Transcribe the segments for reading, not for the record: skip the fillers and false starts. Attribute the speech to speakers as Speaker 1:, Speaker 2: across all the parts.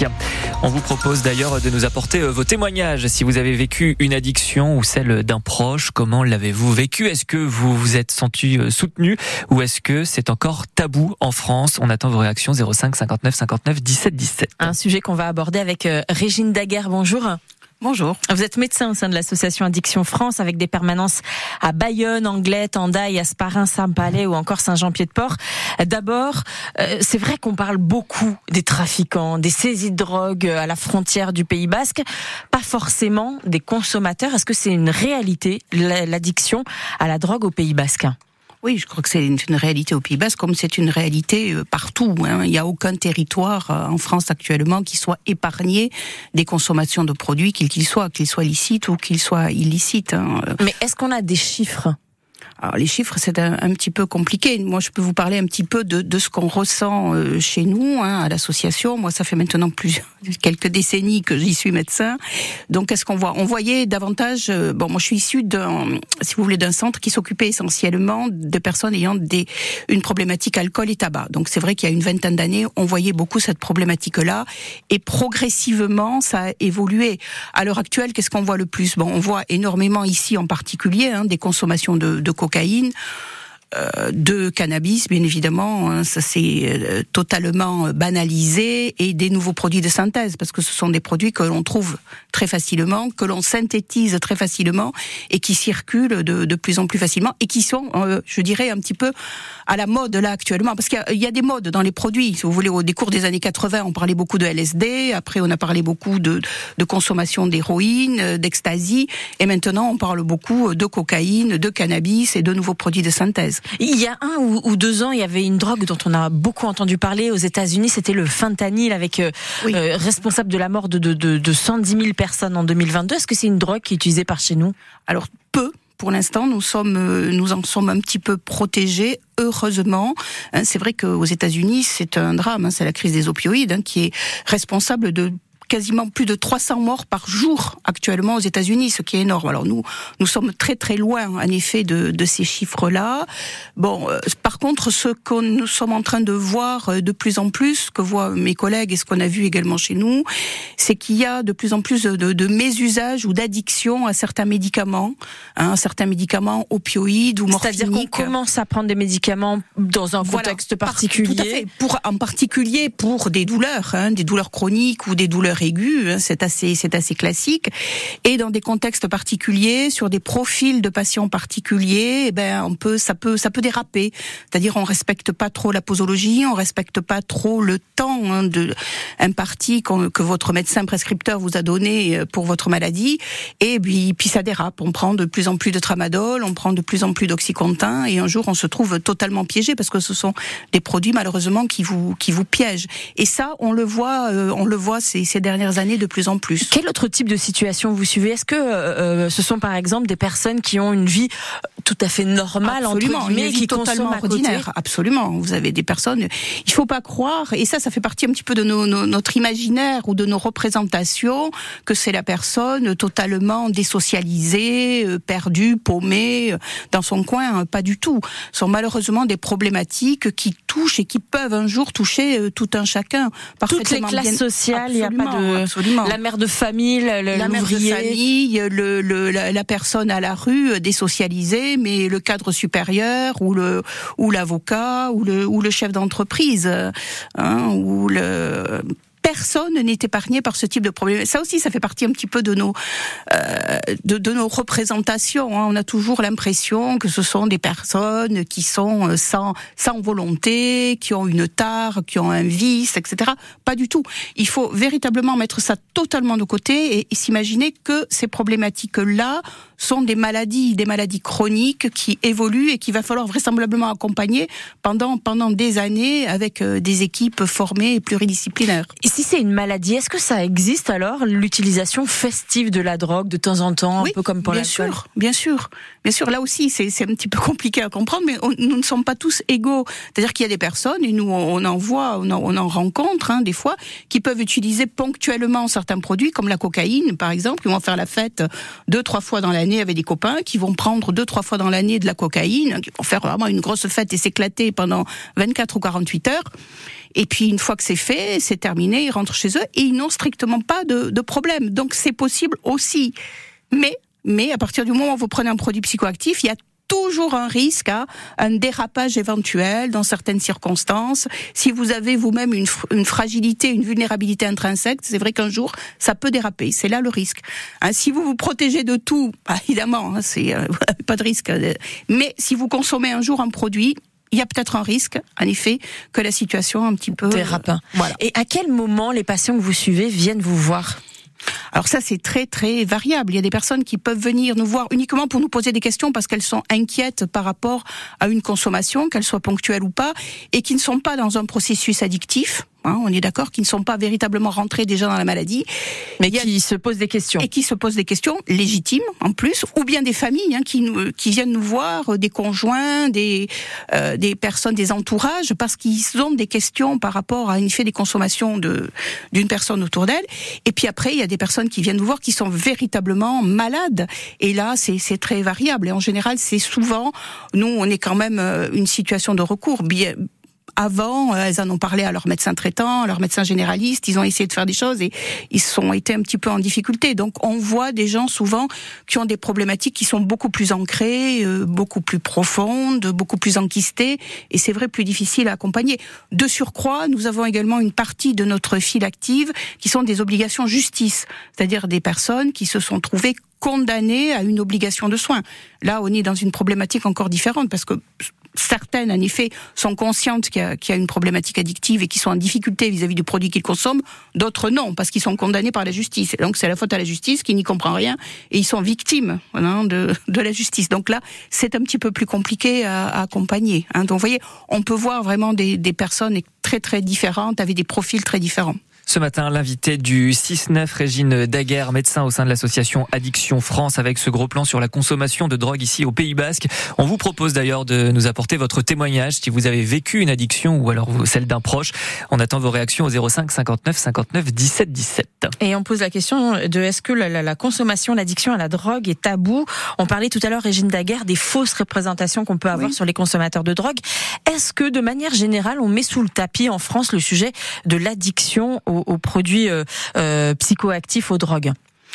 Speaker 1: On vous propose d'ailleurs de nous apporter vos témoignages. Si vous avez vécu une addiction ou celle d'un proche, comment l'avez-vous vécu ? Est-ce que vous vous êtes senti soutenu ou est-ce que c'est encore tabou en France ? On attend vos réactions 05 59 59 17 17.
Speaker 2: Un sujet qu'on va aborder avec Régine Daguerre. Bonjour.
Speaker 3: Bonjour.
Speaker 2: Vous êtes médecin au sein de l'association Addiction France avec des permanences à Bayonne, Anglet, Hendaye, Hasparren, Saint-Palais ou encore Saint-Jean-Pied-de-Port. D'abord, c'est vrai qu'on parle beaucoup des trafiquants, des saisies de drogue à la frontière du Pays Basque, pas forcément des consommateurs. Est-ce que c'est une réalité, l'addiction à la drogue au Pays Basque ?
Speaker 3: Oui, je crois que c'est une réalité au Pays Basque, comme c'est une réalité partout. Il n'y a aucun territoire en France actuellement qui soit épargné des consommations de produits, qu'ils soient licites ou qu'ils soient illicites.
Speaker 2: Mais est-ce qu'on a des chiffres ?
Speaker 3: Alors les chiffres, c'est un petit peu compliqué. Moi, je peux vous parler un petit peu de ce qu'on ressent chez nous, à l'association. Moi, ça fait maintenant quelques décennies que j'y suis médecin. Donc, qu'est-ce qu'on voit ? On voyait davantage. Moi, je suis issue d'un centre qui s'occupait essentiellement de personnes ayant une problématique alcool et tabac. Donc, c'est vrai qu'il y a une vingtaine d'années, on voyait beaucoup cette problématique-là, et progressivement, ça a évolué. À l'heure actuelle, qu'est-ce qu'on voit le plus ? On voit énormément ici, en particulier, des consommations de cocaïne, de cannabis, bien évidemment, ça s'est totalement banalisé, et des nouveaux produits de synthèse, parce que ce sont des produits que l'on trouve très facilement, que l'on synthétise très facilement, et qui circulent de plus en plus facilement, et qui sont, je dirais, un petit peu à la mode là actuellement, parce qu'il y a des modes dans les produits. Si vous voulez, au décours des années 80, on parlait beaucoup de LSD, après on a parlé beaucoup de consommation d'héroïne, d'ecstasy, et maintenant on parle beaucoup de cocaïne, de cannabis et de nouveaux produits de synthèse.
Speaker 2: Il y a 1 ou 2 ans, il y avait une drogue dont on a beaucoup entendu parler aux États-Unis, c'était le fentanyl, avec responsable de la mort de 110 000 personnes en 2022. Est-ce que c'est une drogue qui est utilisée par chez nous ?
Speaker 3: Alors peu. Pour l'instant, nous en sommes un petit peu protégés, heureusement. C'est vrai qu'aux États-Unis, c'est un drame. C'est la crise des opioïdes qui est responsable de quasiment plus de 300 morts par jour actuellement aux États-Unis, ce qui est énorme. Alors nous sommes très très loin, en effet, de ces chiffres-là. Par contre, ce que nous sommes en train de voir de plus en plus, ce que voient mes collègues et ce qu'on a vu également chez nous, c'est qu'il y a de plus en plus de mésusage ou d'addiction à certains médicaments opioïdes ou morphiniques.
Speaker 2: C'est-à-dire qu'on commence à prendre des médicaments dans un contexte particulier.
Speaker 3: Tout à fait. En particulier pour des douleurs chroniques ou des douleurs aiguës, c'est assez classique. Et dans des contextes particuliers, sur des profils de patients particuliers, ça peut déraper. C'est-à-dire, on respecte pas trop la posologie, on respecte pas trop le temps imparti que votre médecin prescripteur vous a donné pour votre maladie. Et puis ça dérape. On prend de plus en plus de tramadol, on prend de plus en plus d'oxycontin, et un jour on se trouve totalement piégé parce que ce sont des produits malheureusement qui vous piègent. Et ça, on le voit ces dernières années de plus en plus.
Speaker 2: Quel autre type de situation vous suivez ? Est-ce que ce sont par exemple des personnes qui ont une vie tout à fait normale,
Speaker 3: absolument,
Speaker 2: entre guillemets, qui
Speaker 3: totalement
Speaker 2: consomment
Speaker 3: ordinaire ? Absolument. Vous avez des personnes, il faut pas croire, et ça fait partie un petit peu de notre imaginaire ou de nos représentations, que c'est la personne totalement désocialisée, perdue, paumée dans son coin. Pas du tout. Ce sont malheureusement des problématiques qui touchent et qui peuvent un jour toucher tout un chacun.
Speaker 2: Toutes les classes sociales, il n'y a pas la mère de famille, l'ouvrier,
Speaker 3: la personne à la rue désocialisée, mais le cadre supérieur ou l'avocat ou le chef d'entreprise, personne n'est épargné par ce type de problème. Ça aussi, ça fait partie un petit peu de nos représentations. On a toujours l'impression que ce sont des personnes qui sont sans volonté, qui ont une tare, qui ont un vice, etc. Pas du tout. Il faut véritablement mettre ça totalement de côté et s'imaginer que ces problématiques-là sont des maladies chroniques qui évoluent et qu'il va falloir vraisemblablement accompagner pendant des années avec des équipes formées et pluridisciplinaires.
Speaker 2: Et si c'est une maladie, est-ce que ça existe alors, l'utilisation festive de la drogue de temps en temps, un peu comme pour l'alcool ?
Speaker 3: Bien sûr. Là aussi, c'est un petit peu compliqué à comprendre, mais nous ne sommes pas tous égaux. C'est-à-dire qu'il y a des personnes, et nous on en rencontre des fois, qui peuvent utiliser ponctuellement certains produits, comme la cocaïne par exemple, qui vont faire la fête 2-3 fois dans la l'année avec des copains, qui vont prendre 2-3 fois dans l'année de la cocaïne, qui vont faire vraiment une grosse fête et s'éclater pendant 24 ou 48 heures. Et puis une fois que c'est fait, c'est terminé, ils rentrent chez eux et ils n'ont strictement pas de problème. Donc c'est possible aussi. Mais à partir du moment où vous prenez un produit psychoactif, il y a toujours un risque à un dérapage éventuel dans certaines circonstances. Si vous avez vous-même une fragilité, une vulnérabilité intrinsèque, c'est vrai qu'un jour, ça peut déraper. C'est là le risque. Si vous vous protégez de tout, évidemment, c'est pas de risque. Mais si vous consommez un jour un produit, il y a peut-être un risque, en effet, que la situation un petit peu
Speaker 2: dérape.
Speaker 3: Voilà.
Speaker 2: Et à quel moment les patients que vous suivez viennent vous voir ?
Speaker 3: Alors ça, c'est très très variable. Il y a des personnes qui peuvent venir nous voir uniquement pour nous poser des questions parce qu'elles sont inquiètes par rapport à une consommation, qu'elle soit ponctuelle ou pas, et qui ne sont pas dans un processus addictif. On est d'accord, qui ne sont pas véritablement rentrés déjà dans la maladie,
Speaker 2: mais qui se posent des questions.
Speaker 3: Et qui se posent des questions légitimes en plus, ou bien des familles qui viennent nous voir, des conjoints, des personnes, des entourages, parce qu'ils ont des questions par rapport à une fait des consommations d'une personne autour d'elle. Et puis après, il y a des personnes qui viennent nous voir qui sont véritablement malades. Et là, c'est très variable. Et en général, c'est souvent, nous, on est quand même une situation de recours. Avant, elles en ont parlé à leur médecin traitant, à leur médecin généraliste, ils ont essayé de faire des choses et ils ont été un petit peu en difficulté. Donc on voit des gens souvent qui ont des problématiques qui sont beaucoup plus ancrées, beaucoup plus profondes, beaucoup plus enquistées, et c'est vrai plus difficile à accompagner. De surcroît, nous avons également une partie de notre file active qui sont des obligations justice, c'est-à-dire des personnes qui se sont trouvées condamnées à une obligation de soins. Là, on est dans une problématique encore différente parce que certaines, en effet, sont conscientes qu'il y a une problématique addictive et qui sont en difficulté vis-à-vis du produit qu'ils consomment. D'autres, non, parce qu'ils sont condamnés par la justice. Et donc, c'est la faute à la justice qui n'y comprend rien et ils sont victimes de la justice. Donc là, c'est un petit peu plus compliqué à accompagner. Donc, vous voyez, on peut voir vraiment des personnes très, très différentes avec des profils très différents.
Speaker 1: Ce matin, l'invité du 6-9, Régine Daguerre, médecin au sein de l'association Addiction France, avec ce gros plan sur la consommation de drogue ici au Pays Basque. On vous propose d'ailleurs de nous apporter votre témoignage si vous avez vécu une addiction ou alors celle d'un proche. On attend vos réactions au 05 59 59 17 17.
Speaker 2: Et on pose la question de est-ce que la consommation, l'addiction à la drogue est tabou ? On parlait tout à l'heure, Régine Daguerre, des fausses représentations qu'on peut avoir sur les consommateurs de drogue. Est-ce que de manière générale, on met sous le tapis en France le sujet de l'addiction aux produits psychoactifs, aux drogues?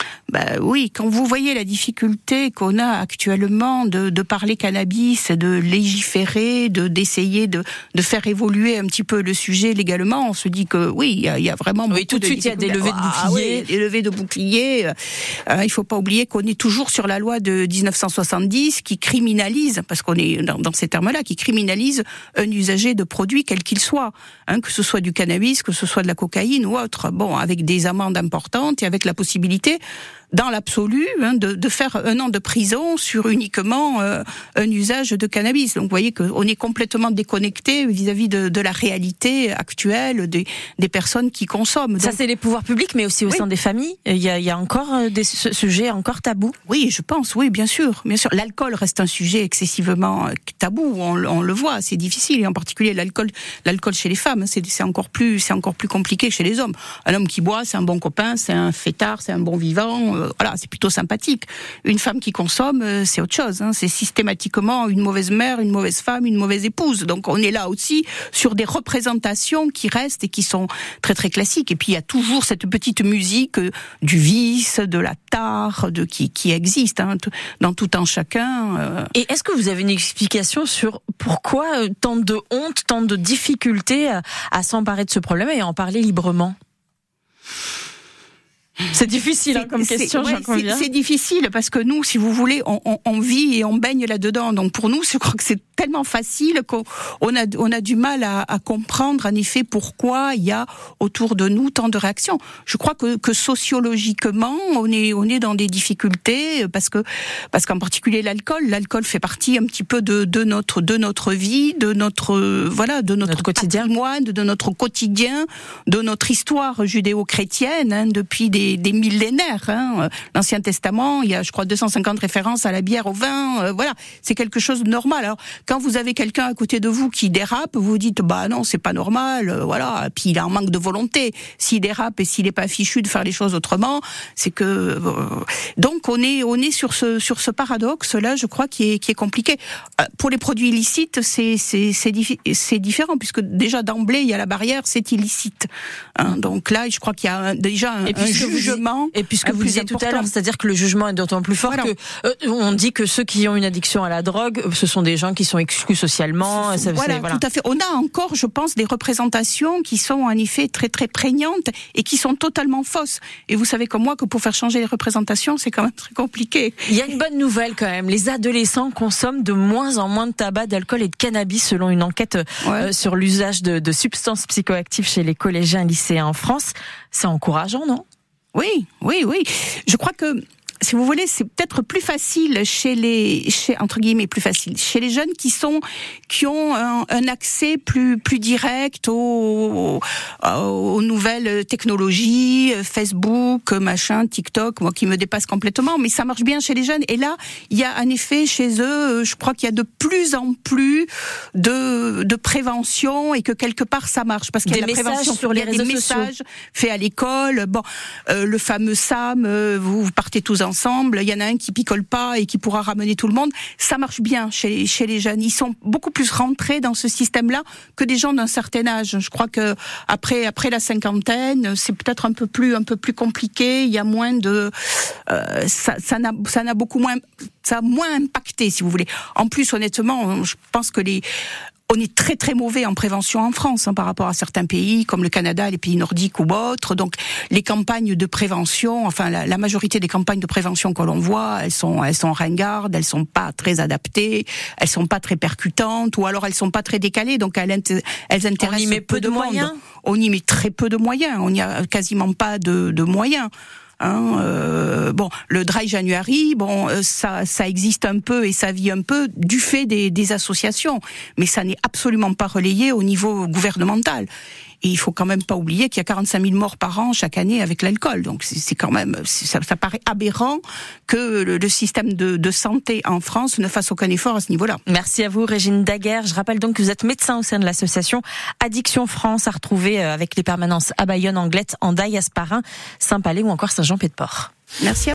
Speaker 3: Oui, quand vous voyez la difficulté qu'on a actuellement de parler cannabis, de légiférer, d'essayer de faire évoluer un petit peu le sujet légalement, on se dit que il y a vraiment beaucoup
Speaker 2: tout de suite il y a des levées de boucliers.
Speaker 3: Des levées de boucliers. Il faut pas oublier qu'on est toujours sur la loi de 1970 qui criminalise, parce qu'on est dans ces termes-là, qui criminalise un usager de produits quel qu'il soit, que ce soit du cannabis, que ce soit de la cocaïne ou autre. Avec des amendes importantes et avec la possibilité dans l'absolu, de faire 1 an de prison sur uniquement un usage de cannabis. Donc vous voyez qu'on est complètement déconnecté vis-à-vis de la réalité actuelle des personnes qui consomment. Donc,
Speaker 2: ça, c'est les pouvoirs publics, mais aussi au sein des familles. Il y a encore des sujets encore tabous.
Speaker 3: Oui, je pense, oui, bien sûr. L'alcool reste un sujet excessivement tabou. On le voit, c'est difficile, et en particulier l'alcool chez les femmes, c'est encore plus compliqué que chez les hommes. Un homme qui boit, c'est un bon copain, c'est un fêtard, c'est un bon vivant. C'est plutôt sympathique. Une femme qui consomme, c'est autre chose. C'est systématiquement une mauvaise mère, une mauvaise femme, une mauvaise épouse. Donc on est là aussi sur des représentations qui restent et qui sont très très classiques. Et puis il y a toujours cette petite musique du vice, de la tare, qui existe dans tout un chacun.
Speaker 2: Et est-ce que vous avez une explication sur pourquoi tant de honte, tant de difficultés à s'emparer de ce problème et à en parler librement ? C'est difficile comme question, j'en conviens.
Speaker 3: C'est difficile parce que nous, si vous voulez, on vit et on baigne là-dedans. Donc pour nous, je crois que c'est tellement facile qu'on a du mal à comprendre en effet pourquoi il y a autour de nous tant de réactions. Je crois que sociologiquement, on est dans des difficultés parce qu'en particulier l'alcool fait partie un petit peu de notre vie, de notre
Speaker 2: quotidien,
Speaker 3: patrimoine, de notre quotidien, de notre histoire judéo-chrétienne depuis des des millénaires. Hein. L'Ancien Testament, il y a, je crois, 250 références à la bière, au vin. Voilà, c'est quelque chose de normal. Alors, quand vous avez quelqu'un à côté de vous qui dérape, vous vous dites, bah non, c'est pas normal. Voilà. Puis il a un manque de volonté. S'il dérape et s'il n'est pas fichu de faire les choses autrement, c'est que donc on est sur ce paradoxe là, je crois, qui est compliqué. Pour les produits illicites, c'est différent puisque déjà d'emblée il y a la barrière, c'est illicite. Hein, donc là, je crois qu'il y a déjà un jugement.
Speaker 2: Et puisque vous disiez tout à l'heure, c'est-à-dire que le jugement est d'autant plus fort que on dit que ceux qui ont une addiction à la drogue, ce sont des gens qui sont exclus socialement.
Speaker 3: Voilà, tout à fait. On a encore, je pense, des représentations qui sont en effet très très prégnantes et qui sont totalement fausses. Et vous savez comme moi que pour faire changer les représentations, c'est quand même très compliqué.
Speaker 2: Il y a une bonne nouvelle quand même. Les adolescents consomment de moins en moins de tabac, d'alcool et de cannabis selon une enquête sur l'usage de substances psychoactives chez les collégiens et lycéens en France. C'est encourageant, non ?
Speaker 3: Oui. Je crois que, si vous voulez, c'est peut-être plus facile entre guillemets plus facile chez les jeunes qui ont un accès plus direct aux nouvelles technologies, Facebook, machin, TikTok, moi qui me dépasse complètement, mais ça marche bien chez les jeunes. Et là, il y a un effet chez eux, je crois qu'il y a de plus en plus de prévention et que quelque part ça marche parce qu'il y a de la prévention
Speaker 2: sur les réseaux sociaux,
Speaker 3: messages faits à l'école. Bon, le fameux Sam, vous partez tous ensemble, il y en a un qui picole pas et qui pourra ramener tout le monde. Ça marche bien chez les jeunes. Ils sont beaucoup plus rentrés dans ce système-là que des gens d'un certain âge. Je crois que après la cinquantaine, c'est peut-être un peu plus compliqué. Il y a moins de, ça a moins impacté, si vous voulez. En plus, honnêtement, je pense que on est très très mauvais en prévention en France par rapport à certains pays comme le Canada, les pays nordiques ou autres. Donc les campagnes de prévention, enfin la majorité des campagnes de prévention que l'on voit, elles sont ringardes, elles sont pas très adaptées, elles sont pas très percutantes ou alors elles sont pas très décalées. Donc elles intéressent
Speaker 2: on y met peu de moyens.
Speaker 3: On y met très peu de moyens. On n'y a quasiment pas de moyens. Bon, le Dry January, ça existe un peu et ça vit un peu du fait des associations, mais ça n'est absolument pas relayé au niveau gouvernemental. Et il faut quand même pas oublier qu'il y a 45 000 morts par an chaque année avec l'alcool. Donc c'est quand même, ça paraît aberrant que le système de santé en France ne fasse aucun effort à ce niveau-là.
Speaker 2: Merci à vous, Régine Daguerre. Je rappelle donc que vous êtes médecin au sein de l'association Addiction France, à retrouver avec les permanences à Bayonne, Anglet, Hendaye, Hasparren, Saint-Palais ou encore Saint-Jean-Pied-de-Port.
Speaker 3: Merci à vous.